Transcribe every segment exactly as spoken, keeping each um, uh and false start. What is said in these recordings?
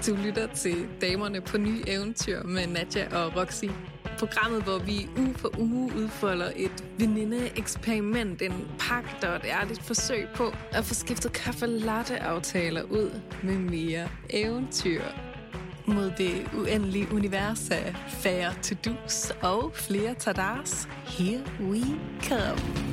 Du lytter til Damerne på Nye Eventyr med Nadja og Roxy. Programmet, hvor vi uge for uge udfolder et veninde-eksperiment, en pagt og et ærligt forsøg på at få skiftet kaffe-latte-aftaler ud med mere eventyr. Mod det uendelige univers af færre to-dos og flere tadars. Here we come.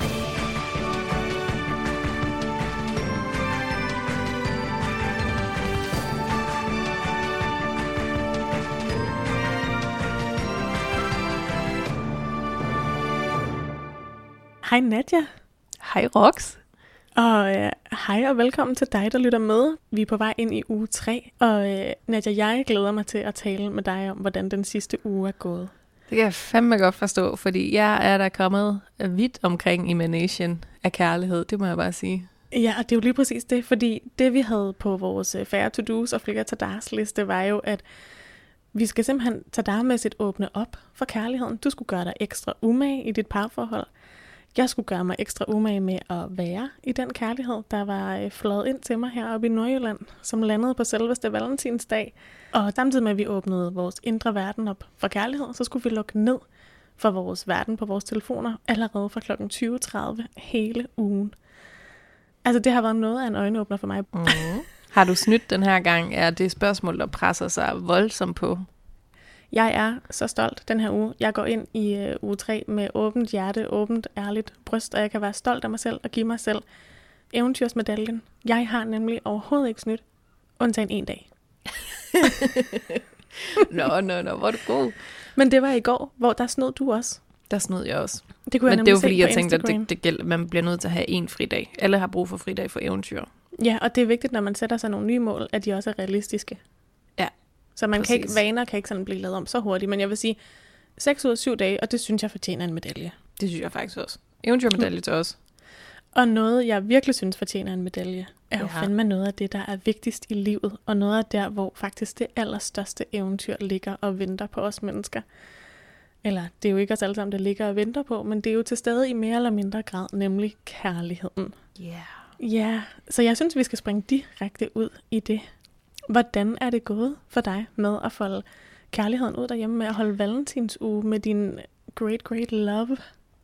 Hej Nadja. Hej Rox. Og øh, hej og velkommen til dig, der lytter med. Vi er på vej ind i uge tre, og øh, Nadja, jeg glæder mig til at tale med dig om, hvordan den sidste uge er gået. Det kan jeg fandme godt forstå, fordi jeg er der kommet vidt omkring i managen af kærlighed, det må jeg bare sige. Ja, og det er jo lige præcis det, fordi det vi havde på vores færre to-dos og flere tadars liste, var jo, at vi skal simpelthen tadarmæssigt åbne op for kærligheden. Du skulle gøre dig ekstra umage i dit parforhold. Jeg skulle gøre mig ekstra umage med at være i den kærlighed, der var fløjet ind til mig heroppe i Nordjylland, som landede på selveste valentinsdag. Og samtidig med, at vi åbnede vores indre verden op for kærlighed, så skulle vi lukke ned for vores verden på vores telefoner allerede fra klokken tyve tredive hele ugen. Altså, det har været noget af en øjenåbner for mig. Mm. Har du snydt den her gang? Er det spørgsmål, der presser sig voldsomt på? Jeg er så stolt den her uge. Jeg går ind i uh, uge tre med åbent hjerte, åbent, ærligt bryst, og jeg kan være stolt af mig selv og give mig selv eventyrsmedaljen. Jeg har nemlig overhovedet ikke snydt, undtagen en dag. Nå, nå, nå, hvor er du god. Men det var i går, hvor der snød du også. Der snød jeg også. Det kunne jeg Men det er jo fordi, jeg tænkte, Instagram. at det, det gælder, man bliver nødt til at have en fridag. Alle har brug for fridag for eventyr. Ja, og det er vigtigt, når man sætter sig nogle nye mål, at de også er realistiske. Ja. Så man Præcis. kan ikke, vaner kan ikke sådan blive lavet om så hurtigt, men jeg vil sige seks ud af syv dage, og det synes jeg fortjener en medalje. Det synes jeg faktisk også. Eventyrmedalje til os. Og noget, jeg virkelig synes fortjener en medalje, er jo Ja. fandme noget af det, der er vigtigst i livet, og noget af der, hvor faktisk det allerstørste eventyr ligger og venter på os mennesker. Eller det er jo ikke os alle sammen, der ligger og venter på, men det er jo til stede i mere eller mindre grad, nemlig kærligheden. Ja. Yeah. Ja, så jeg synes, vi skal springe direkte ud i det. Hvordan er det gået for dig med at folde kærligheden ud derhjemme, med at holde valentinsuge med din great, great love?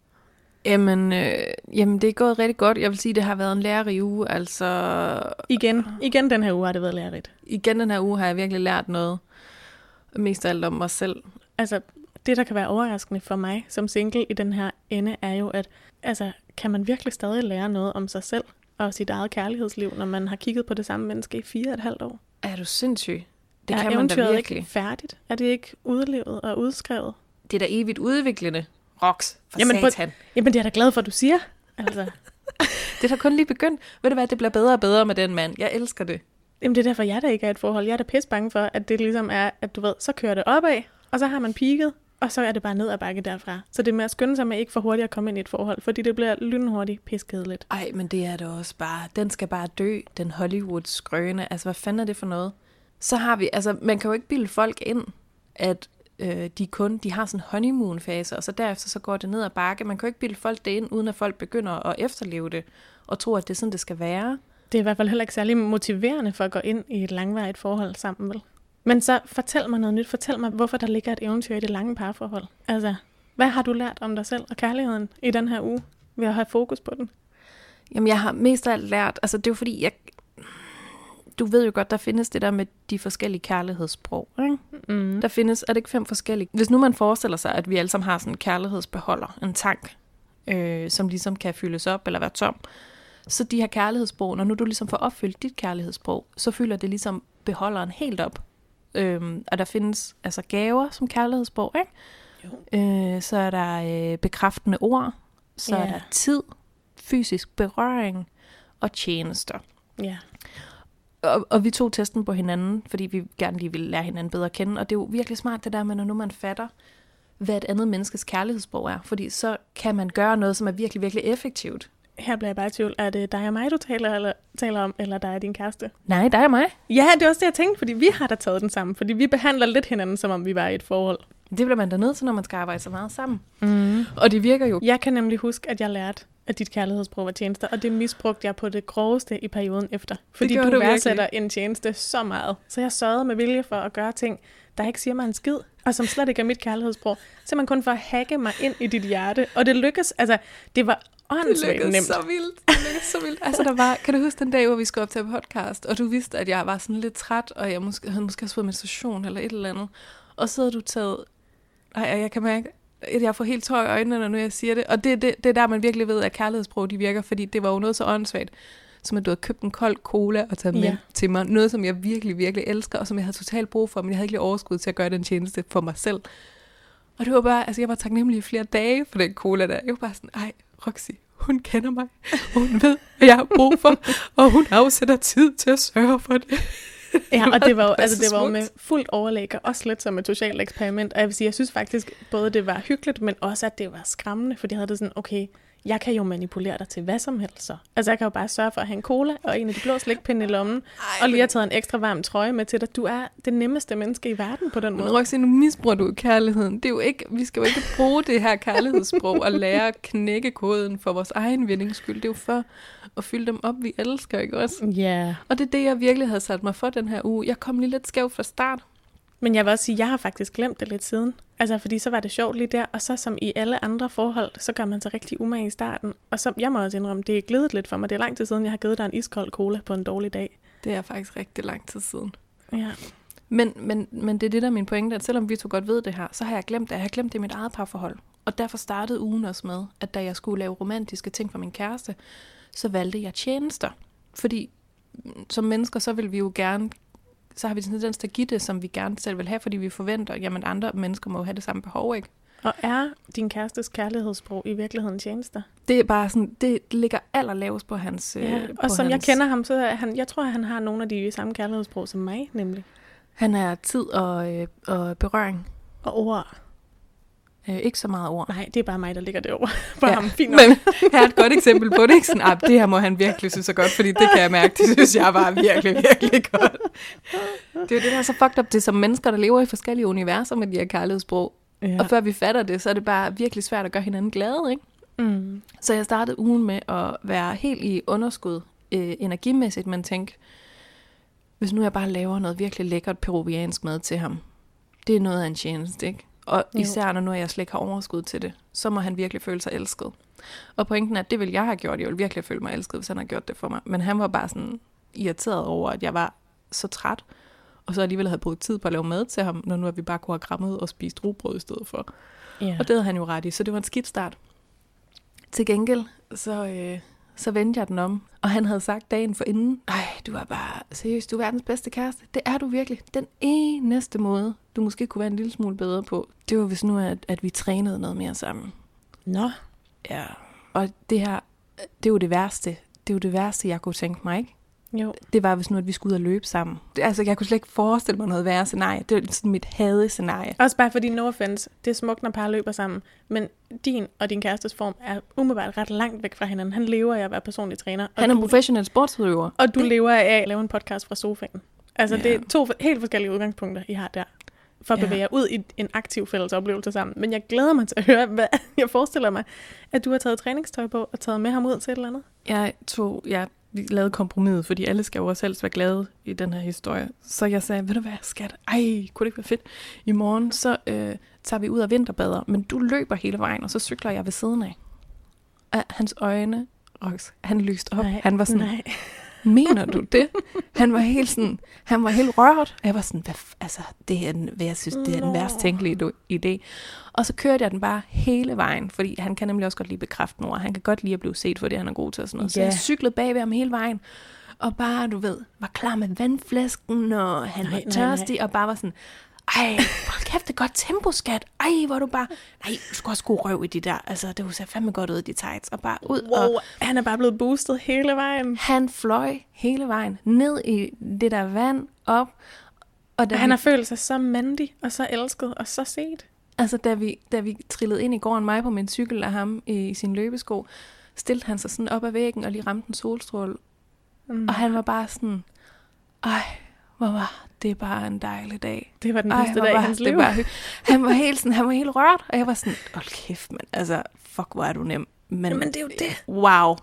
Jamen, øh, jamen, det er gået rigtig godt. Jeg vil sige, det har været en lærerig uge. Altså, Igen, igen den her uge har det været lærerigt. igen den her uge har jeg virkelig lært noget. Mest af alt om mig selv. Altså, det der kan være overraskende for mig som single i den her ende, er jo, at altså, kan man virkelig stadig lære noget om sig selv og sit eget kærlighedsliv, når man har kigget på det samme menneske i fire og et halvt år? Er du sindssyg? Det er kan man da eventyret virkelig. ikke færdigt? Er det ikke udlevet og udskrevet? Det er da evigt udviklende. Rox, for Jamen, satan. På, jamen, det er jeg da glad for, at du siger. Altså. Det er da kun lige begyndt. Ved du hvad, det bliver bedre og bedre med den mand. Jeg elsker det. Jamen, det er derfor, jeg der ikke er et forhold. Jeg er da pisse bange for, at det ligesom er, at du ved, så kører det opad, og så har man peaket, og så er det bare ned ad bakke derfra. Så det er med at skynde sig med ikke for hurtigt at komme ind i et forhold, fordi det bliver lynhurtigt piskedeligt. Ej, men det er det også bare. Den skal bare dø, den Hollywood-skrøne. Altså, hvad fanden er det for noget? Så har vi, altså, man kan jo ikke bilde folk ind, at øh, de kun, de har sådan en honeymoon-fase, og så derefter så går det ned ad bakke. Man kan jo ikke bilde folk det ind, uden at folk begynder at efterleve det, og tro, at det er sådan, det skal være. Det er i hvert fald heller ikke særlig motiverende for at gå ind i et langvarigt forhold sammen, vel? Men så fortæl mig noget nyt. Fortæl mig, hvorfor der ligger et eventyr i det lange parforhold. Altså, hvad har du lært om dig selv og kærligheden i den her uge, ved at have fokus på den? Jamen, jeg har mest af alt lært, altså det er jo fordi, jeg, du ved jo godt, der findes det der med de forskellige kærlighedssprog, ikke? Mm. Der findes, er det ikke fem forskellige? Hvis nu man forestiller sig, at vi alle sammen har sådan en kærlighedsbeholder, en tank, øh, som ligesom kan fyldes op eller være tom, så de her kærlighedssprog, når nu du ligesom får opfyldt dit kærlighedssprog, så fylder det ligesom beholderen helt op. Øhm, og der findes altså gaver som kærlighedssprog, ikke? Jo. Øh, så er der øh, bekræftende ord, så Yeah. er der tid, fysisk berøring og tjenester. Ja. Og, og vi tog testen på hinanden, fordi vi gerne lige ville lære hinanden bedre at kende, og det er jo virkelig smart det der med, når nu man fatter, hvad et andet menneskes kærlighedssprog er, fordi så kan man gøre noget, som er virkelig, virkelig effektivt. Her bliver jeg bare i tvivl. Er det dig og mig, du taler, eller, taler om, eller dig og din kæreste? Nej, dig og mig. Ja, det er også det, jeg tænkte, fordi vi har da taget den sammen. Fordi vi behandler lidt hinanden, som om vi var i et forhold. Det bliver man da nødt til, når man skal arbejde så meget sammen. Mm. Og det virker jo. Jeg kan nemlig huske, at jeg lærte at dit kærlighedssprog var tjenester, og det misbrugte jeg på det groveste i perioden efter. Fordi du du værdsætter en tjeneste så meget. Så jeg sørgede med vilje for at gøre ting, der ikke siger mig en skid, og som slet ikke er mit kærlighedssprog. Simpelthen kun for at hacke mig ind i dit hjerte. Og det lykkedes, altså, det var åndssvagt nemt. Det lykkedes så vildt. Det lykkedes så vildt. Altså, der var, kan du huske den dag, hvor vi skulle optage podcast, og du vidste, at jeg var sådan lidt træt, og jeg måske, havde måske også fået menstruation eller et eller andet. Og så havde du taget... Ej, jeg kan mærke, at jeg får helt tår i øjnene, når jeg siger det. Og det, det, det er der, man virkelig ved, at kærlighedssprog, de virker, fordi det var jo noget så åndssvagt, som at du havde købt en kold cola og taget med Ja. til mig. Noget, som jeg virkelig, virkelig elsker, og som jeg havde totalt brug for, men jeg havde ikke lige overskud til at gøre den tjeneste for mig selv. Og det var bare, altså jeg var taknemmelig i flere dage for den cola der. Jeg var bare sådan, ej, Roxy, hun kender mig, og hun ved, hvad jeg har brug for, og hun afsætter tid til at sørge for det. Ja, og det var jo, Det var altså, så det var jo smukt. med fuldt overlæg, og også lidt som et socialt eksperiment. Og jeg vil sige, jeg synes faktisk, både det var hyggeligt, men også, at det var skræmmende, fordi jeg havde det sådan, okay, jeg kan jo manipulere dig til hvad som helst så. Altså, jeg kan jo bare sørge for at have en cola, og en af de blå slikpinde i lommen, Ej, og lige have taget en ekstra varm trøje med til dig. Du er det nemmeste menneske i verden på den Men måde. Roxy, nu misbruger du kærligheden. Det er jo ikke, vi skal jo ikke bruge det her kærlighedssprog og lære at knække koden for vores egen vindings skyld. Det er jo for at fylde dem op, vi elsker, ikke også? Ja. Og det er det, jeg virkelig havde sat mig for den her uge. Jeg kom lige lidt skæv fra start. Men jeg vil også sige, at jeg har faktisk glemt det lidt siden. Altså, fordi så var det sjovt lige der, og så som i alle andre forhold, så gør man sig rigtig umage i starten. Og så, jeg må også indrømme, det er glædet lidt for mig. Det er lang tid siden, jeg har givet dig en iskold cola på en dårlig dag. Det er faktisk rigtig lang tid siden. Ja. Men, men, men det er det, der er min pointe, at selvom vi to godt ved det her, så har jeg glemt det. Jeg har glemt det i mit eget parforhold. Og derfor startede ugen også med, at da jeg skulle lave romantiske ting for min kæreste, så valgte jeg tjenester. Fordi som mennesker, så vil vi jo gerne, så har vi sådan en tendens til at give det, som vi gerne selv vil have, fordi vi forventer, jamen andre mennesker må jo have det samme behov, ikke? Og er din kærestes kærlighedssprog i virkeligheden tjenester? Det er bare sådan, det ligger allerlavest på hans... Ja, øh, på og som hans, jeg kender ham, så er han, jeg tror, at han har nogle af de samme kærlighedssprog som mig, nemlig. Han er tid og, øh, og berøring. Og ord. Øh, ikke så meget ord. Nej, det er bare mig, der ligger derovre. For Ja, ham, fint nok. men her er et godt eksempel på det. Ikke sådan, ah, det her må han virkelig synes er godt, fordi det kan jeg mærke, det synes jeg var virkelig, virkelig godt. Det er jo det, der er så fucked up. Det er som mennesker, der lever i forskellige universer med de her kærlighedssprog. Ja. Og før vi fatter det, så er det bare virkelig svært at gøre hinanden glade, ikke? Mm. Så jeg startede ugen med at være helt i underskud øh, energimæssigt, men tænkte, hvis nu jeg bare laver noget virkelig lækkert peruviansk mad til ham, det er noget af en tjeneste, ikke? Og Jo. især når nu jeg slet ikke har overskud til det, så må han virkelig føle sig elsket. Og pointen er, at det ville jeg have gjort. Jeg ville virkelig føle mig elsket, hvis han havde gjort det for mig. Men han var bare sådan irriteret over, at jeg var så træt, og så alligevel havde brugt tid på at lave mad til ham, når nu at vi bare kunne have krammet og spist rugbrød i stedet for. Ja. Og det havde han jo ret i, så det var en skidt start. Til gengæld, så, øh, så vendte jeg den om, og han havde sagt dagen for inden, ej, du er bare, seriøst, du er verdens bedste kæreste. Det er du virkelig. Den eneste måde, du måske kunne være en lille smule bedre på, det var hvis nu, at, at vi trænede noget mere sammen. Nå. Ja. Og det her, det er jo det værste. Det er jo det værste, jeg kunne tænke mig, ikke? Jo. Det var hvis nu, at vi skulle ud og løbe sammen. Det, altså, jeg kunne slet ikke forestille mig noget værre scenarie. Det var sådan mit hadescenarie. Også bare fordi, no offense, det er smukt, når par løber sammen, men din og din kærestes form er umiddelbart ret langt væk fra hinanden. Han lever af at være personlig træner. Og Han er en du, professionel sportsudøver. og du lever af at lave en podcast fra sofaen. Altså, Ja. det er to helt forskellige udgangspunkter, I har der, for at Ja. bevæge jer ud i en aktiv fælles oplevelse sammen. Men jeg glæder mig til at høre, hvad jeg forestiller mig, at du har taget træningstøj på og taget med ham ud til et eller andet. Jeg tog, jeg lavede kompromis, fordi alle skal jo også helst være glade i den her historie. Så jeg sagde, ved du hvad, skat, ej, kunne det ikke være fedt? I morgen, så øh, tager vi ud og vinterbader, men du løber hele vejen, og så cykler jeg ved siden af. Og hans øjne, Rox, han lyste op. Nej, han var sådan, nej. mener du det? Han var helt sådan, han var helt rørt. Og jeg var sådan, hvad, f- altså, det er den, hvad jeg synes, det er den Nå. værst tænkelige do- idé. Og så kørte jeg den bare hele vejen, fordi han kan nemlig også godt lide bekræftende ord. Han kan godt lide at blive set for det, han er god til og sådan noget. Så Ja. jeg cyklede bag ved ham hele vejen, og bare, du ved, var klar med vandflasken, og han Nej, var nej, tørstig, og bare var sådan, ej, hold kæft, det er godt tempo, skat. Ej, hvor du bare, nej, du skulle også god røv i de der, altså, det ser fandme godt ud i de tights, og bare ud, og Wow, han er bare blevet boostet hele vejen. han fløj hele vejen ned i det der vand op. Og da Han vi, har følt sig så mandig og så elsket og så set. altså, da vi, da vi trillede ind i gården, mig på min cykel og ham i, i sin løbesko, stillede han sig sådan op ad væggen og lige ramte en solstråle. Mm. Og han var bare sådan, ej, hvor var det bare en dejlig dag. Det var den Ej, bedste hvor dag i var hans det liv. bare hy- han var helt sådan, han var helt rørt, og jeg var sådan, hold kæft, mand, altså, fuck, hvor er du nem. Men, Men det er jo det. Wow.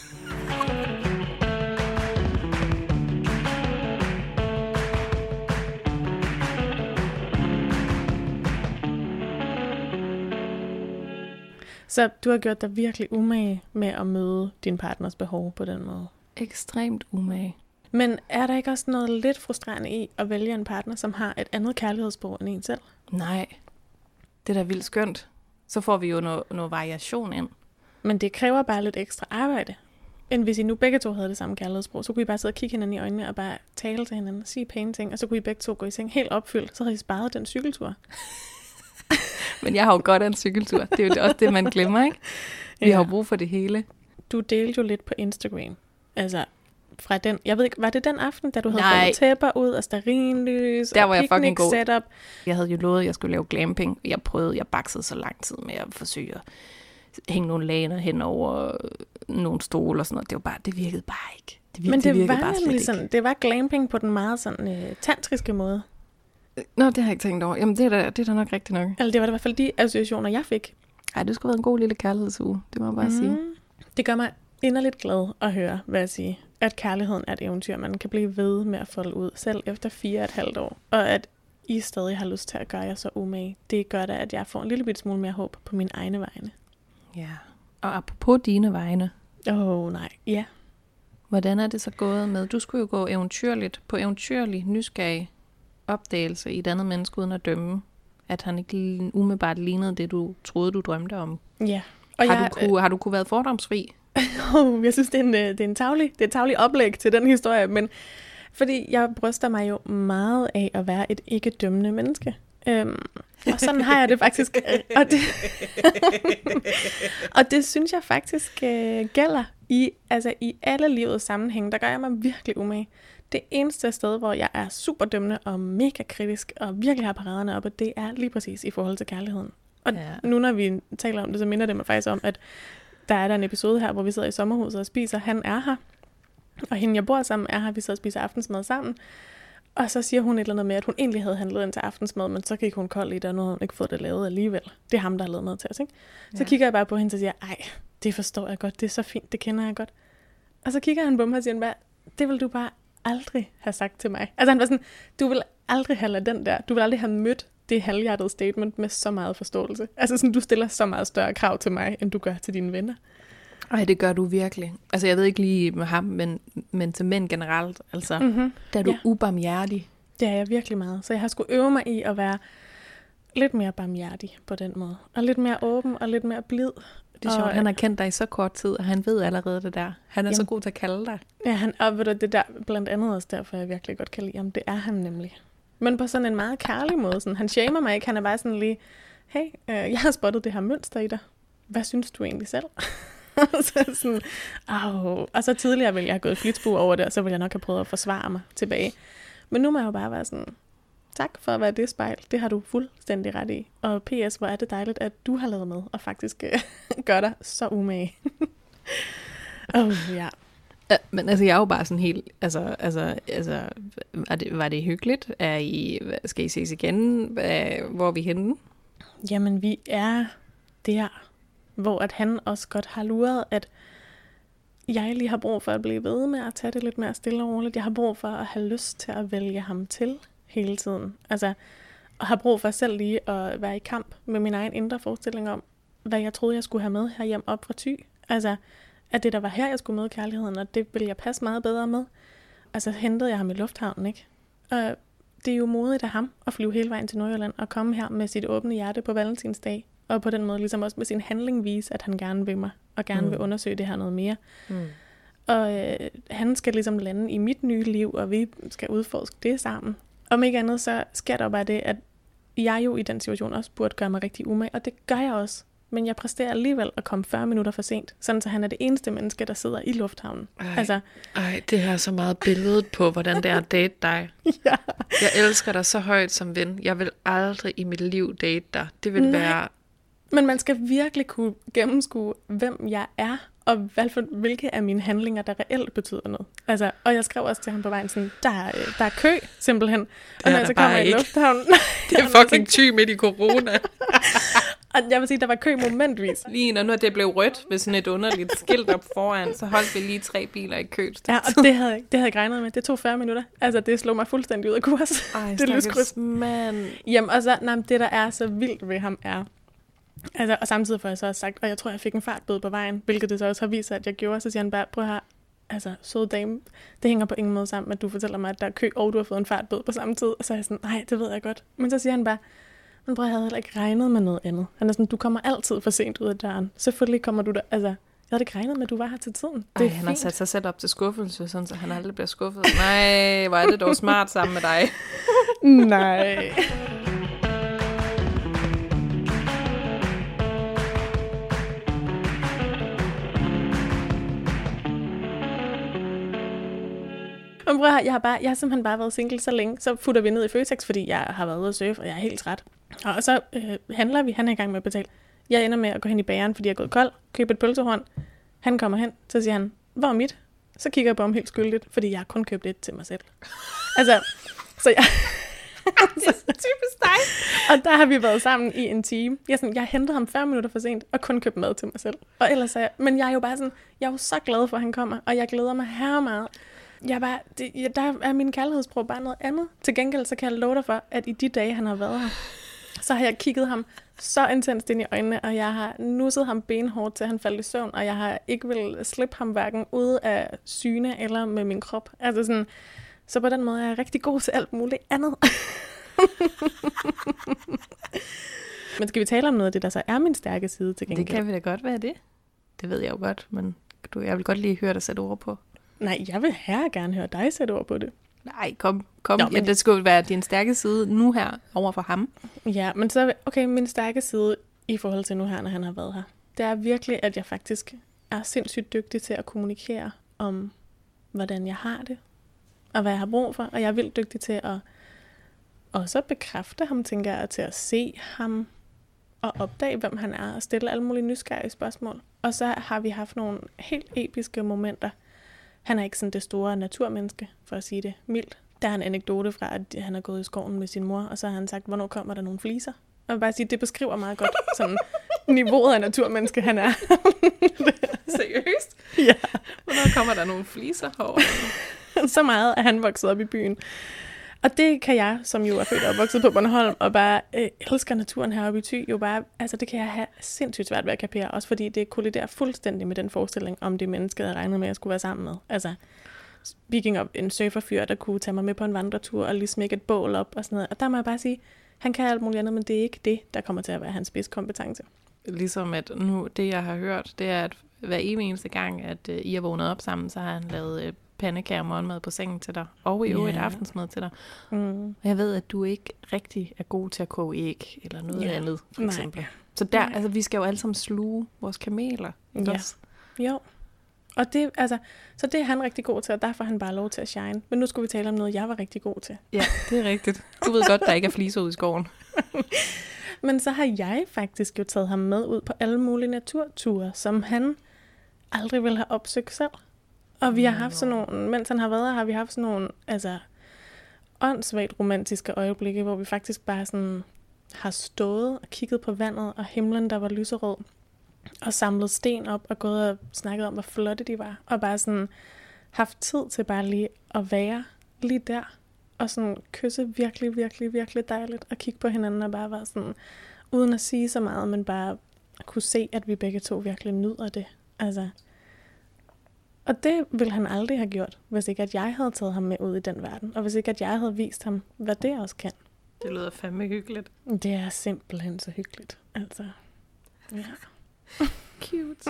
Så du har gjort dig virkelig umage med at møde din partners behov på den måde? Ekstremt umage. Men er der ikke også noget lidt frustrerende i at vælge en partner, som har et andet kærlighedssprog end en selv? Nej, det er da vildt skønt. Så får vi jo noget, noget variation ind. Men det kræver bare lidt ekstra arbejde. End hvis I nu begge to havde det samme kærlighedssprog, så kunne I bare sidde og kigge hinanden i øjnene og bare tale til hinanden og sige pæne ting, og så kunne I begge to gå i seng helt opfyldt, så havde I sparet den cykeltur. Men jeg har jo godt af en cykeltur. Det er jo også det, man glemmer, ikke? Vi ja. har jo brug for det hele. Du delte jo lidt på Instagram. Altså, fra den, jeg ved ikke, var det den aften, da du havde Nej. fået tæpper ud og stearinlys Der og var jeg fucking god. setup? Jeg havde jo lovet, at jeg skulle lave glamping. Jeg prøvede, jeg baksede så lang tid med at forsøge at hænge nogle laner hen over nogle stole og sådan noget. Det var bare, det virkede bare ikke. Det virkede, Men det, det virkede var bare nemlig ikke. sådan, det var glamping på den meget sådan øh, tantriske måde. Nå, det har jeg ikke tænkt over. Jamen, det er da, det er da nok rigtigt nok. Eller det var i hvert fald de associationer, jeg fik. Ej, det skulle være en god lille kærlighedsuge. Det må jeg bare mm. sige. Det gør mig inderligt glad at høre, hvad jeg siger, at kærligheden er et eventyr, man kan blive ved med at folde ud, selv efter fire og et halvt år. Og at I stadig har lyst til at gøre jer så umage. Det gør da, at jeg får en lille bit smule mere håb på mine egne vegne. Ja, og apropos dine vegne. Åh, oh, nej. Ja. Hvordan er det så gået med? Du skulle jo gå eventyrligt, på eventyrlig, nysgerrig opdagelse i et andet menneske, uden at dømme, at han ikke umiddelbart lignede det, du troede, du drømte om. Ja. Og har, jeg, du kunne, har du kunne været fordomsfri? Oh, jeg synes, det er en, det er en tavlig, det er et tavlig oplæg til den historie, men fordi jeg bryster mig jo meget af at være et ikke-dømmende menneske. Øhm, og sådan har jeg det faktisk. og, det og det synes jeg faktisk øh, gælder i, altså i alle livets sammenhæng. Der gør jeg mig virkelig umage. Det eneste sted, hvor jeg er super dømmende og mega kritisk og virkelig har paraderne oppe, det er lige præcis i forhold til kærligheden. Og ja. Nu når vi taler om det, så minder det mig faktisk om, at der er der en episode her, hvor vi sidder i sommerhuset og spiser. Han er her, og hende jeg bor sammen er her. Vi sidder og spiser aftensmad sammen. Og så siger hun et eller andet med, at hun egentlig havde handlet ind til aftensmad, men så gik hun kold i det, og nu havde hun ikke fået det lavet alligevel. Det er ham, der har lavet mad til os, ikke? Så ja. Kigger jeg bare på hende og siger, ej, det forstår jeg godt, det er så fint, det kender jeg godt. Og så kigger han på mig og siger, bare, det vil du bare aldrig have sagt til mig. Altså han var sådan, du vil aldrig have ladet den der, du vil aldrig have mødt det halvhjertede statement med så meget forståelse. Altså sådan, du stiller så meget større krav til mig, end du gør til dine venner. Ej, det gør du virkelig. Altså, jeg ved ikke lige med ham, men, men til mænd generelt. Altså, mm-hmm. der er du ja. ubarmhjertig. Det er jeg virkelig meget. Så jeg har skulle øve mig i at være lidt mere barmhjertig på den måde. Og lidt mere åben og lidt mere blid. Det er sjovt, han har kendt dig i så kort tid, og han ved allerede det der. Han er jamen, så god til at kalde dig. Ja, han, og ved du, det der blandt andet også derfor, jeg virkelig godt kan lide ham. Det er han nemlig. Men på sådan en meget kærlig måde. Sådan, han shamer mig ikke. Han er bare sådan lige, hey, øh, jeg har spottet det her mønster i dig. Hvad synes du egentlig selv? så sådan, au. Og så tidligere ville jeg have gået flitsbue over det, og så ville jeg nok have prøvet at forsvare mig tilbage. Men nu må jeg jo bare være sådan, tak for at være det spejl. Det har du fuldstændig ret i. Og P S, hvor er det dejligt, at du har lavet med, og faktisk øh, gør dig så umage. Åh, oh, ja. Ja, men altså, jeg er jo bare sådan helt, altså, altså, altså var, det, var det hyggeligt? Er I, skal I ses igen? Hvor er vi henne? Jamen, vi er der, hvor at han også godt har luret, at jeg lige har brug for at blive ved med at tage det lidt mere stille og roligt. Jeg har brug for at have lyst til at vælge ham til hele tiden. Altså, og har brug for selv lige at være i kamp med min egen indre forestilling om, hvad jeg troede, jeg skulle have med herhjem op fra Thy. Altså, at det der var her, jeg skulle møde kærligheden, og det ville jeg passe meget bedre med. Altså, hentede jeg ham i lufthavnen, ikke? Og det er jo modigt af ham at flyve hele vejen til Nordjylland og komme her med sit åbne hjerte på valentinsdag. Og på den måde ligesom også med sin handling vise, at han gerne vil mig, og gerne mm. vil undersøge det her noget mere. Mm. Og øh, han skal ligesom lande i mit nye liv, og vi skal udforske det sammen. Om ikke andet, så sker der bare det, at jeg jo i den situation også burde gøre mig rigtig umage, og det gør jeg også. Men jeg præsterer alligevel at komme fyrre minutter for sent, sådan så han er det eneste menneske, der sidder i lufthavnen. Ej, altså, ej det er så meget billedet på, hvordan det er at date dig. ja. Jeg elsker dig så højt som ven. Jeg vil aldrig i mit liv date dig. Det vil Nej. være... Men man skal virkelig kunne gennemskue, hvem jeg er, og hvilke af mine handlinger, der reelt betyder noget. Altså, og jeg skrev også til ham på vejen sådan, der er, der er kø, simpelthen. Og når jeg så kommer i lufthavnen... Det er fucking Thy midt i corona. Og jeg vil sige, der var kø momentvis. Lige når nu er det blev rødt med sådan et underligt skilt op foran, så holdt vi lige tre biler i kø. Ja, og det havde, jeg, det havde jeg ikke regnet med. Det tog fyrre minutter. Altså, det slog mig fuldstændig ud af kurs. Ej, det lyskryds. mand. Jamen, og så, nej, det der er så vildt ved ham er... Altså, og samtidig får jeg så også sagt, og jeg tror, jeg fik en fartbøde på vejen, hvilket det så også har vist sig, at jeg gjorde. Så siger han bare, prøv her, altså, søde dame, det hænger på ingen måde sammen, at du fortæller mig, at der er kø, og du har fået en fartbøde på samme tid. Og så er jeg sådan, nej, det ved jeg godt. Men så siger han bare, men bror, jeg havde heller ikke regnet med noget andet. Han er sådan, du kommer altid for sent ud af døren. Selvfølgelig kommer du der, altså, jeg havde ikke regnet med, at du var her til tiden. Det Ej, er han fint. har sat sig selv op til skuffelse, sådan, så han aldrig bliver skuffet. Nej, hvor er det dog smart sammen med dig. Nej. Men prøv at høre, jeg har, bare, jeg har simpelthen bare været single så længe, så futter vi ned i Føtex, fordi jeg har været ude at surfe, og jeg er helt træt. Og så øh, handler vi, han er i gang med at betale. Jeg ender med at gå hen i bageren, fordi jeg er gået kold, købe et pølsehorn. Han kommer hen, så siger han, hvor er mit? Så kigger jeg på ham helt skyldigt, fordi jeg har kun købt et til mig selv. Altså, så jeg... Det er så typisk dig. Og der har vi været sammen i en time. Jeg, sådan, jeg hentede ham fyrre minutter for sent, og kun købt mad til mig selv. Og ellers er jeg, men jeg er jo bare sådan, jeg er jo så glad for, at han kommer, og jeg glæder mig her meget. Jeg bare, det, jeg, der er min kærlighedsprøve bare noget andet. Til gengæld så kan jeg love dig for, at i de dage, han har været her, så har jeg kigget ham så intenst ind i øjnene, og jeg har nusset ham benhårdt, til han faldt i søvn, og jeg har ikke vil slippe ham hverken ude af syne eller med min krop. Altså sådan, så på den måde er jeg rigtig god til alt muligt andet. Men skal vi tale om noget af det, der så er min stærke side til gengæld? Det kan vi da godt være det. Det ved jeg jo godt, men du, jeg vil godt lige høre dig sætte ord på. Nej, jeg vil her gerne høre dig sætte ord på det. Nej, kom, kom. Nå, men... men... ja, det skulle være din stærke side nu her over for ham. Ja, men så, okay, min stærke side i forhold til nu her, når han har været her, det er virkelig, at jeg faktisk er sindssygt dygtig til at kommunikere om, hvordan jeg har det, og hvad jeg har brug for, og jeg er vildt dygtig til at også bekræfte ham, tænker jeg, til at se ham, og opdage, hvem han er, og stille alle mulige nysgerrige spørgsmål. Og så har vi haft nogle helt episke momenter. Han er ikke sådan det store naturmenneske, for at sige det mildt. Der er en anekdote fra, at han er gået i skoven med sin mor, og så har han sagt, hvornår kommer der nogle fliser? Og jeg vil bare sige, det beskriver meget godt sådan niveauet af naturmenneske, han er. Seriøst? Ja. Hvornår kommer der nogle fliser herovre? Så meget er han vokset op i byen. Og det kan jeg, som jo er født og opvokset på Bornholm, og bare øh, elsker naturen heroppe i Thy, jo bare, altså det kan jeg have sindssygt svært ved at kapere, også fordi det kolliderer fuldstændig med den forestilling om det menneske, jeg regnede med, at jeg skulle være sammen med. Altså, speaking of en surferfyr, der kunne tage mig med på en vandretur og lige smække et bål op og sådan noget. Og der må jeg bare sige, han kan alt muligt andet, men det er ikke det, der kommer til at være hans spidskompetence. Ligesom at nu, det jeg har hørt, det er, at hver eneste gang, at uh, I er vågnet op sammen, så har han lavet uh, pandekager og morgenmad på sengen til dig, og i øvrigt Ja. aftensmad til dig. Mm. Og jeg ved, at du ikke rigtig er god til at koge æg, eller noget Ja. andet, for Nej. eksempel. Så der, Nej. altså, vi skal jo alle sammen sluge vores kameler. ikke Ja. også? Jo. Og det, altså, så det er han rigtig god til, og derfor har han bare lov til at shine. Men nu skulle vi tale om noget, jeg var rigtig god til. Ja, det er rigtigt. Du ved godt, der ikke er fliser ude i skoven. Men så har jeg faktisk jo taget ham med ud på alle mulige naturture, som han aldrig ville have opsøgt selv. Og vi har haft sådan nogle, mens han har været her, har vi haft sådan nogle, altså, åndssvagt romantiske øjeblikke, hvor vi faktisk bare sådan har stået og kigget på vandet og himlen, der var lyserød, og samlet sten op og gået og snakket om, hvor flotte de var. Og bare sådan haft tid til bare lige at være lige der. Og sådan kysse virkelig, virkelig, virkelig dejligt. Og kigge på hinanden og bare være sådan, uden at sige så meget, men bare kunne se, at vi begge to virkelig nyder det. Altså. Og det ville han aldrig have gjort, hvis ikke at jeg havde taget ham med ud i den verden. Og hvis ikke at jeg havde vist ham, hvad det også kan. Det lyder fandme hyggeligt. Det er simpelthen så hyggeligt. Altså, ja. Cute.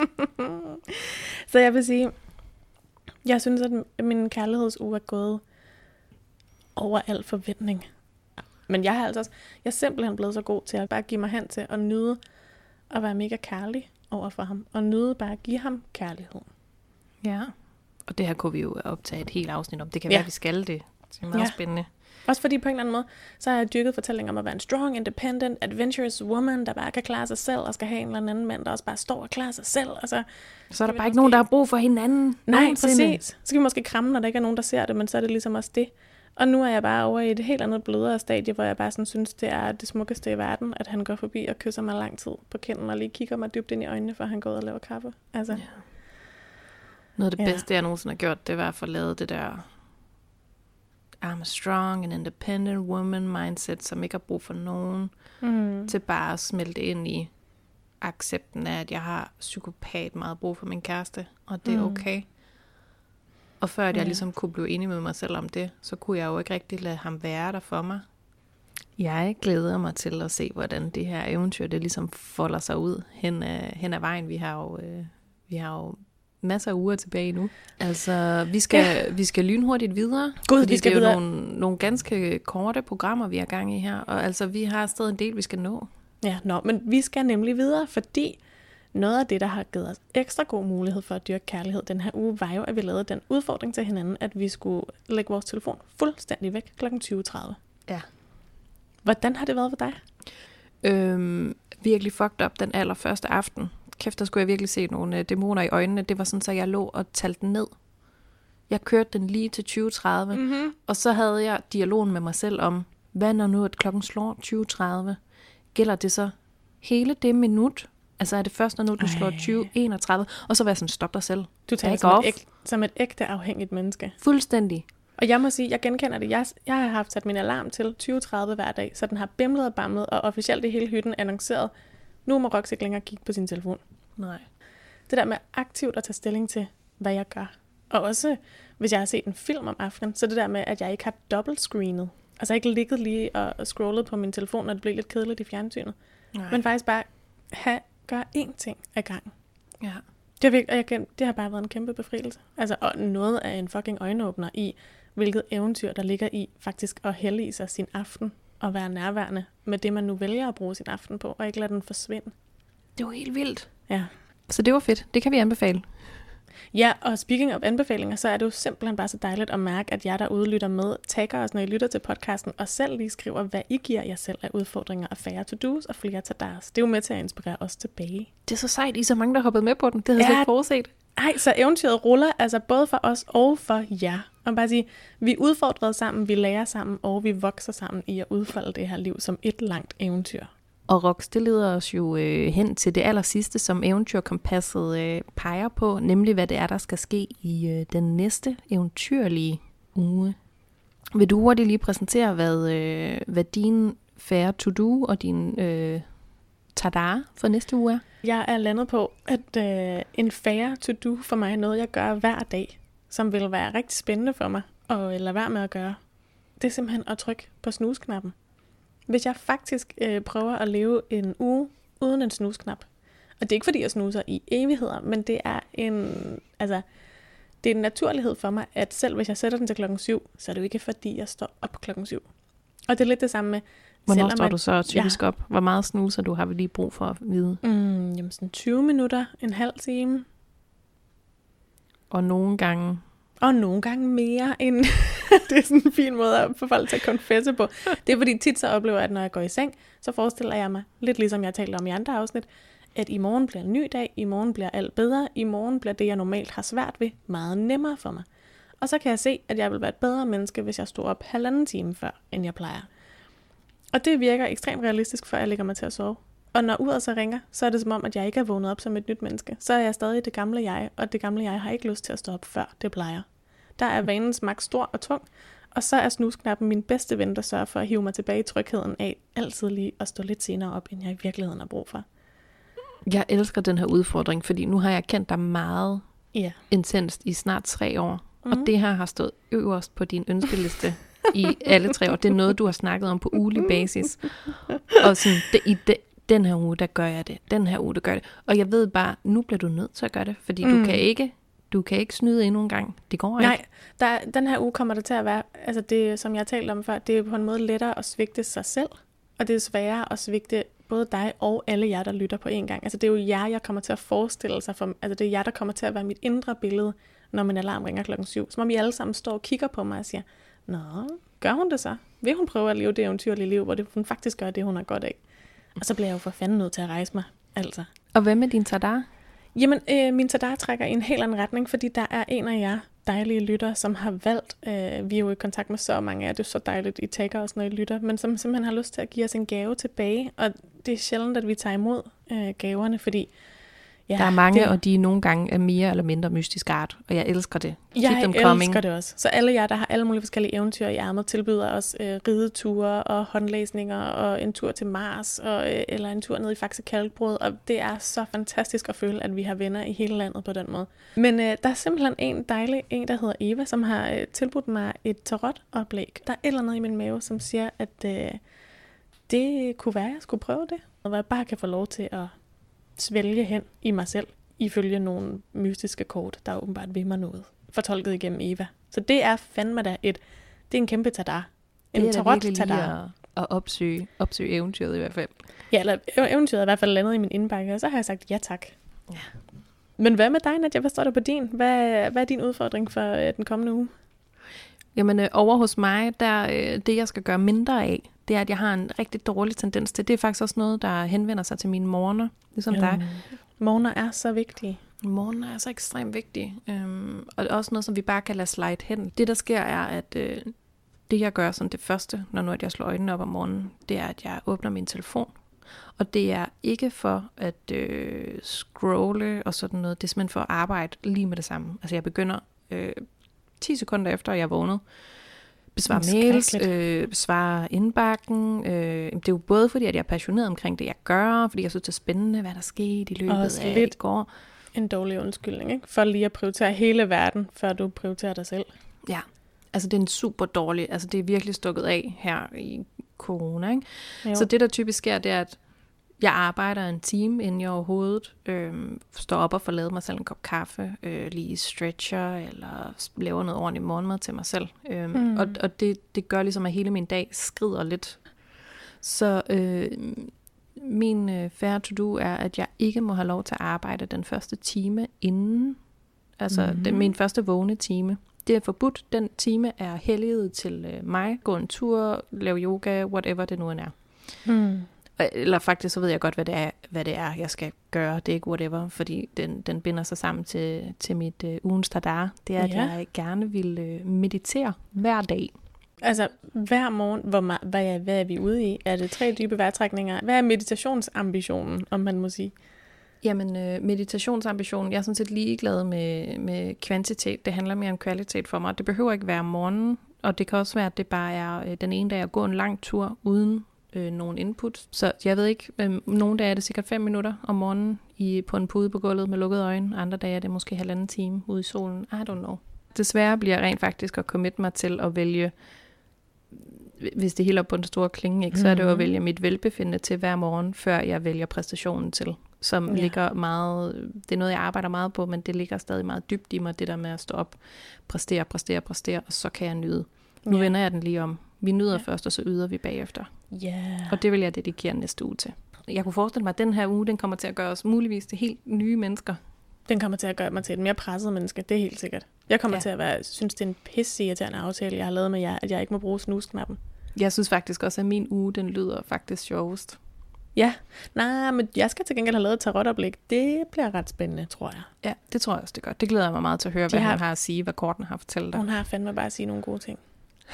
Så jeg vil sige, jeg synes, at min kærlighedsuge er gået over al forventning. Men jeg har altså også, jeg er simpelthen blevet så god til at bare give mig hen til at nyde at være mega kærlig over for ham. Og nyde bare at give ham kærlighed. Ja. Og det her kunne vi jo optage et helt afsnit om. Det kan Ja. være, at vi skal det. Det er meget Ja. spændende. Også fordi på en eller anden måde, så har jeg dyrket fortællinger om at være en strong, independent, adventurous woman, der bare kan klare sig selv, og skal have en eller anden mand, der også bare står og klarer sig selv. Og så, Så er der vi bare ikke måske- nogen, der har brug for hinanden. nej, nogensinde. præcis. Så skal vi måske kramme, når der ikke er nogen, der ser det, men så er det ligesom også det. Og nu er jeg bare over i et helt andet blødere stadie, hvor jeg bare sådan synes, det er det smukkeste i verden, at han går forbi og kysser mig lang tid på kinden, og lige kigger mig dybt ind i øjnene, før han går ud og laver kaffe. Altså. Ja. Noget af det Ja. bedste, jeg nogensinde har gjort, det var at få lavet det der I'm a strong and independent woman mindset, som ikke har brug for nogen, Mm. til bare at smelte ind i accepten af, at jeg har psykopat meget brug for min kæreste, og det er Mm. okay. Og før at jeg Ja. ligesom kunne blive enig med mig selv om det, så kunne jeg jo ikke rigtig lade ham være der for mig. Jeg glæder mig til at se, hvordan det her eventyr, det ligesom folder sig ud hen ad, hen ad vejen. Vi har jo, øh, vi har jo masser af uger tilbage nu. Altså, vi skal, ja. vi skal lynhurtigt videre. Gud, fordi vi skal det er jo videre. nogle, nogle ganske korte programmer, vi har gang i her. Og altså, vi har stadig en del, vi skal nå. Ja, nå, men vi skal nemlig videre, fordi noget af det, der har givet os ekstra god mulighed for at dyrke kærlighed den her uge, var jo, at vi lavede den udfordring til hinanden, at vi skulle lægge vores telefon fuldstændig væk klokken tyve tredive. Ja. Hvordan har det været for dig? Øhm, virkelig fucked up den allerførste aften. Kæft, der skulle jeg virkelig se nogle øh, dæmoner i øjnene. Det var sådan, så jeg lå og talte den ned. Jeg kørte den lige til tyve tredive, Mm-hmm. og så havde jeg dialogen med mig selv om, hvad når nu at klokken slår tyve tredive? Gælder det så hele det minut? Altså er det først, når nu den slår tyve enogtredive? Og så var jeg sådan, stop dig selv. Du taler Back som off. et, æg, som et ægte afhængigt menneske. Fuldstændig. Og jeg må sige, jeg genkender det. Jeg, jeg har haft sat min alarm til tyve tredive hver dag, så den har bimlet og bamlet, og officielt i hele hytten annonceret, nu må Roxy ikke længere kigge på sin telefon. Nej. Det der med aktivt at tage stilling til, hvad jeg gør. Og også, hvis jeg har set en film om aftenen, så det der med, at jeg ikke har dobbeltscreenet. Altså ikke ligget lige og scrollet på min telefon, når det blev lidt kedeligt i fjernsynet. Nej. Men faktisk bare have, gøre én ting ad gangen. Ja. Det har, virke- og jeg, kan- det har bare været en kæmpe befrielse. Altså, og noget af en fucking øjenåbner i, hvilket eventyr, der ligger i faktisk at hellige sig sin aften og være nærværende med det, man nu vælger at bruge sin aften på, og ikke lade den forsvinde. Det var helt vildt. Ja. Så det var fedt. Det kan vi anbefale. Ja, og speaking of anbefalinger, så er det jo simpelthen bare så dejligt at mærke, at jer derude lytter med, tagger os, når I lytter til podcasten, og selv lige skriver, hvad I giver jer selv af udfordringer og færre to-dos og flere tadars. Det er jo med til at inspirere os tilbage. Det er så sejt, I er så mange, der hoppede med på den. Det havde jeg Ja. slet ikke forudset. Ej, så eventyret ruller altså både for os og for jer. Og bare sige, vi er udfordret sammen, vi lærer sammen, og vi vokser sammen i at udfolde det her liv som et langt eventyr. Og Rox, det leder os jo øh, hen til det aller sidste, som eventyrkompasset øh, peger på, nemlig hvad det er, der skal ske i øh, den næste eventyrlige uge. Vil du hurtigt lige præsentere, hvad, øh, hvad din færre to-do og din øh, tada for næste uge er? Jeg er landet på, at øh, en færre to-do for mig er noget, jeg gør hver dag, som vil være rigtig spændende for mig, og lade være med at gøre. Det er simpelthen at trykke på snusknappen. Hvis jeg faktisk øh, prøver at leve en uge uden en snusknap, og det er ikke fordi, jeg snuser i evigheder, men det er en, altså, det er en naturlighed for mig, at selv hvis jeg sætter den til klokken syv, så er det jo ikke fordi, jeg står op klokken syv. Og det er lidt det samme med, Hvornår selvom står at- du så typisk Ja. op? Hvor meget snuser du har vi lige brug for at vide? Mm, jamen sådan tyve minutter, en halv time, Og nogle gange, og nogle gange mere end... Det er sådan en fin måde at få folk til at konfesse på. Det er fordi tit så oplever jeg, at når jeg går i seng, så forestiller jeg mig, lidt ligesom jeg talte om i andre afsnit, at i morgen bliver en ny dag, i morgen bliver alt bedre, i morgen bliver det, jeg normalt har svært ved, meget nemmere for mig. Og så kan jeg se, at jeg vil være et bedre menneske, hvis jeg står op halvanden time før, end jeg plejer. Og det virker ekstremt realistisk, før jeg lægger mig til at sove. Og når uret så ringer, så er det som om, at jeg ikke er vågnet op som et nyt menneske. Så er jeg stadig det gamle jeg, og det gamle jeg har ikke lyst til at stå op før det plejer. Der er vanens magt stor og tung, og så er snusknappen min bedste ven, der sørger for at hive mig tilbage i trygheden af altid lige at stå lidt senere op, end jeg i virkeligheden har brug for. jeg elsker den her udfordring, fordi nu har jeg kendt dig meget Ja. intenst i snart tre år. Mm. Mhm. Og det her har stået øverst på din ønskeliste i alle tre år. Det er noget, du har snakket om på ugelig basis. Og sådan, det, i de, den her uge, der gør jeg det. Den her uge, der gør jeg det. Og jeg ved bare, nu bliver du nødt til at gøre det, fordi mm. du kan ikke du kan ikke snyde endnu en gang. Det går ikke. Nej, der, den her uge kommer det til at være, altså det, som jeg har talt om før, det er på en måde lettere at svigte sig selv, og det er sværere at svigte både dig og alle jer, der lytter på en gang. Altså det er jo jer, jeg kommer til at forestille sig, for, altså det er jer, der kommer til at være mit indre billede, når min alarm ringer klokken syv. Som om I alle sammen står og kigger på mig og siger, nå, gør hun det så? Vil hun prøve at leve det eventyrlige liv, hvor det, hun faktisk gør det, hun har godt af? Og så bliver jeg jo for fanden nødt til at rejse mig, altså. Og hvad med din tadar? Jamen, øh, min tadar trækker i en helt anden retning, fordi der er en af jer, dejlige lytter, som har valgt, øh, vi er jo i kontakt med så mange af jer, det er så dejligt, I tager os, når I lytter, men som simpelthen har lyst til at give os en gave tilbage, og det er sjældent, at vi tager imod øh, gaverne, fordi ja, der er mange, det, og de nogle gange er mere eller mindre mystisk art, og jeg elsker det. Keep jeg them elsker coming. det også. Så alle jer, der har alle mulige forskellige eventyr i ærmet, tilbyder os øh, rideture og håndlæsninger og en tur til Mars, og, øh, eller en tur ned i Faxe Kalkbrud, og det er så fantastisk at føle, at vi har venner i hele landet på den måde. Men øh, der er simpelthen en dejlig en, der hedder Eva, som har øh, tilbudt mig et tarot-oplæg. Der er et eller andet i min mave, som siger, at øh, det kunne være, at jeg skulle prøve det, og hvor jeg bare kan få lov til at svælge hen i mig selv, ifølge nogle mystiske kort, der åbenbart vil mig noget. Fortolket igennem Eva. Så det er fandme da et, det er en kæmpe tadar. En tarot-tadar. At, at opsøge, opsøge eventyret i hvert fald. Ja, eller eventyret er i hvert fald landet i min indbakke, og så har jeg sagt ja tak. Ja. Men hvad med dig, Nadia? Hvad står der på din? Hvad, hvad er din udfordring for øh, den kommende uge? Jamen øh, over hos mig, der øh, det jeg skal gøre mindre af, det er, at jeg har en rigtig dårlig tendens til. Det er faktisk også noget, der henvender sig til mine morgener, ligesom Ja. dig. Morgener er så vigtige. Morgener er så ekstremt vigtige. Øhm, og også noget, som vi bare kan lade slide hen. Det, der sker, er, at øh, det, jeg gør som det første, når nu at jeg slår øjnene op om morgenen, det er, at jeg åbner min telefon. Og det er ikke for at øh, scrolle og sådan noget. Det er simpelthen for at arbejde lige med det samme. Altså jeg begynder øh, ti sekunder efter, at jeg er vågnet. Besvare mails, øh, besvare indbakken. Øh, det er jo både fordi, at jeg er passioneret omkring det, jeg gør, fordi jeg synes, det er spændende, hvad der skete i løbet af i går. En dårlig undskyldning, ikke? For lige at prioritere hele verden, før du prioriterer dig selv. Ja, altså det er en super dårlig, altså det er virkelig stukket af her i corona, ikke? Jo. Så det, der typisk sker, det er, at jeg arbejder en time, inden jeg overhovedet øh, står op og får lavet mig selv en kop kaffe, øh, lige stretcher, eller laver noget ordentligt morgenmad til mig selv. Øh, mm. Og, og det, det gør ligesom, at hele min dag skrider lidt. Så øh, min øh, fair to-do er, at jeg ikke må have lov til at arbejde den første time inden, altså mm. den, min første vågne time. Det er forbudt. Den time er helliget til øh, mig. Gå en tur, lave yoga, whatever det nu end er. Mm. Eller faktisk så ved jeg godt, hvad det er, hvad det er jeg skal gøre. Det er ikke whatever, fordi den, den binder sig sammen til, til mit øh, ugens tadar. Det er, at ja. jeg gerne vil øh, meditere hver dag. Altså hver morgen, hvor ma- hvad, er, hvad er vi ude i? Er det tre dybe vejrtrækninger? Hvad er meditationsambitionen, om man må sige? Jamen øh, meditationsambitionen, jeg er sådan set ligeglad med, med kvantitet. Det handler mere om kvalitet for mig. Det behøver ikke være om morgenen, og det kan også være, at det bare er øh, den ene dag at gå en lang tur uden øh, nogen input. Så jeg ved ikke, øh, nogle dage er det sikkert fem minutter om morgenen i, på en pude på gulvet med lukkede øjne. Andre dage er det måske halvanden time ude i solen. I don't know. Desværre bliver rent faktisk at commit mig til at vælge, hvis det hele er på den store klinge, ikke, så er det jo at vælge mit velbefindende til hver morgen, før jeg vælger præstationen til. Som ja. ligger meget, det er noget, jeg arbejder meget på, men det ligger stadig meget dybt i mig, det der med at stå op, præstere, præstere, præstere, og så kan jeg nyde. Nu ja. vender jeg den lige om. Vi nyder ja. først, og så yder vi bagefter. Yeah. Og det vil jeg dedikere næste uge til. Jeg kunne forestille mig, at den her uge, den kommer til at gøre os muligvis til helt nye mennesker. Den kommer til at gøre mig til et mere presset menneske, det er helt sikkert. Jeg kommer ja. til at være, synes, det er en pisse-irriterende aftale, jeg har lavet med jer, at jeg ikke må bruge snusknappen. Jeg synes faktisk også, at min uge, den lyder faktisk sjovest. Ja, nej, men jeg skal til gengæld have lavet et tarotoplæg. Det bliver ret spændende, tror jeg. Ja, det tror jeg også, det gør. Det glæder jeg mig meget til at høre, De hvad har... han har at sige, hvad kortene har fortalt dig. Hun har fandme bare at sige nogle gode ting.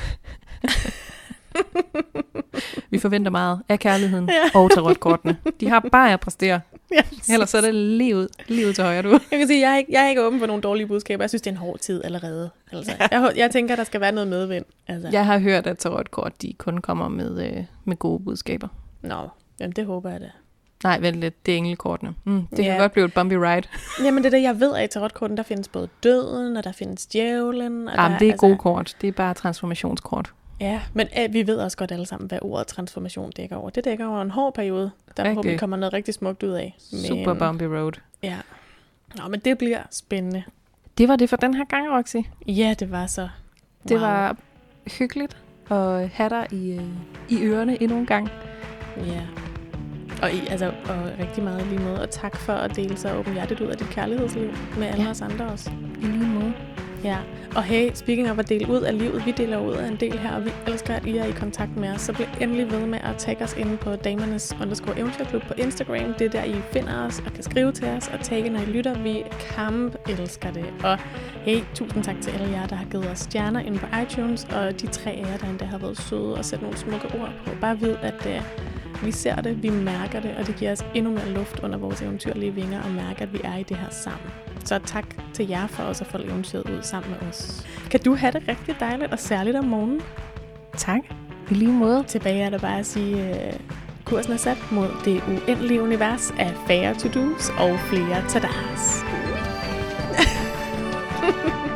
Vi forventer meget af kærligheden ja. og tarotkortene. De har bare at præstere. Ja, ellers så er det lige ud, lige ud til højre, du. Jeg kan sige, jeg er, ikke, jeg er ikke åben for nogle dårlige budskaber. Jeg synes, det er en hård tid allerede. Altså, ja. jeg, jeg tænker, der skal være noget medvind. Altså. Jeg har hørt, at tarotkort, de kun kommer med, øh, med gode budskaber. Nå, jamen det håber jeg da. Nej, vent lidt, det er englekortene. Mm, det ja. kan godt blive et bumpy ride. Jamen det er det, jeg ved af i tarotkorten, der findes både døden, og der findes djævlen. Og Jamen der, det er altså, gode kort, det er bare transformationskort. Ja, men øh, vi ved også godt alle sammen, hvad ordet transformation dækker over. Det dækker over en hård periode, der forhåbentlig kommer noget rigtig smukt ud af. Men, super bumpy road. Ja, Nå, men det bliver spændende. Det var det for den her gang, Roxy. Ja, det var så. Wow. Det var hyggeligt at have dig i, i ørerne endnu en gang. Ja. Og, i, altså, og rigtig meget lige måde. Og tak for at dele så åbenhjertigt ud af dit kærlighedsliv med alle ja. os andre også. I lige måde. Ja, og hey, speaking of at dele ud af livet, vi deler ud af en del her, og vi elsker, at I er i kontakt med os, så bliv endelig ved med at tagge os inde på damernes underscore eventyrklub på Instagram. Det er der, I finder os og kan skrive til os og tagge, når I lytter. Vi kamp elsker det. Og hey, tusind tak til alle jer, der har givet os stjerner inde på iTunes, og de tre af jer, der endda har været søde og sat nogle smukke ord på. Bare vid, at uh, vi ser det, vi mærker det, og det giver os endnu mere luft under vores eventyrlige vinger og mærker, at vi er i det her sammen. Så tak til jer for også at få eventyret ud sammen med os. Kan du have det rigtig dejligt og særligt om morgenen? Tak. I lige måde. Tilbage er det bare at sige, uh, kursen er sat mod det uendelige univers af færre to-dos og flere tadars.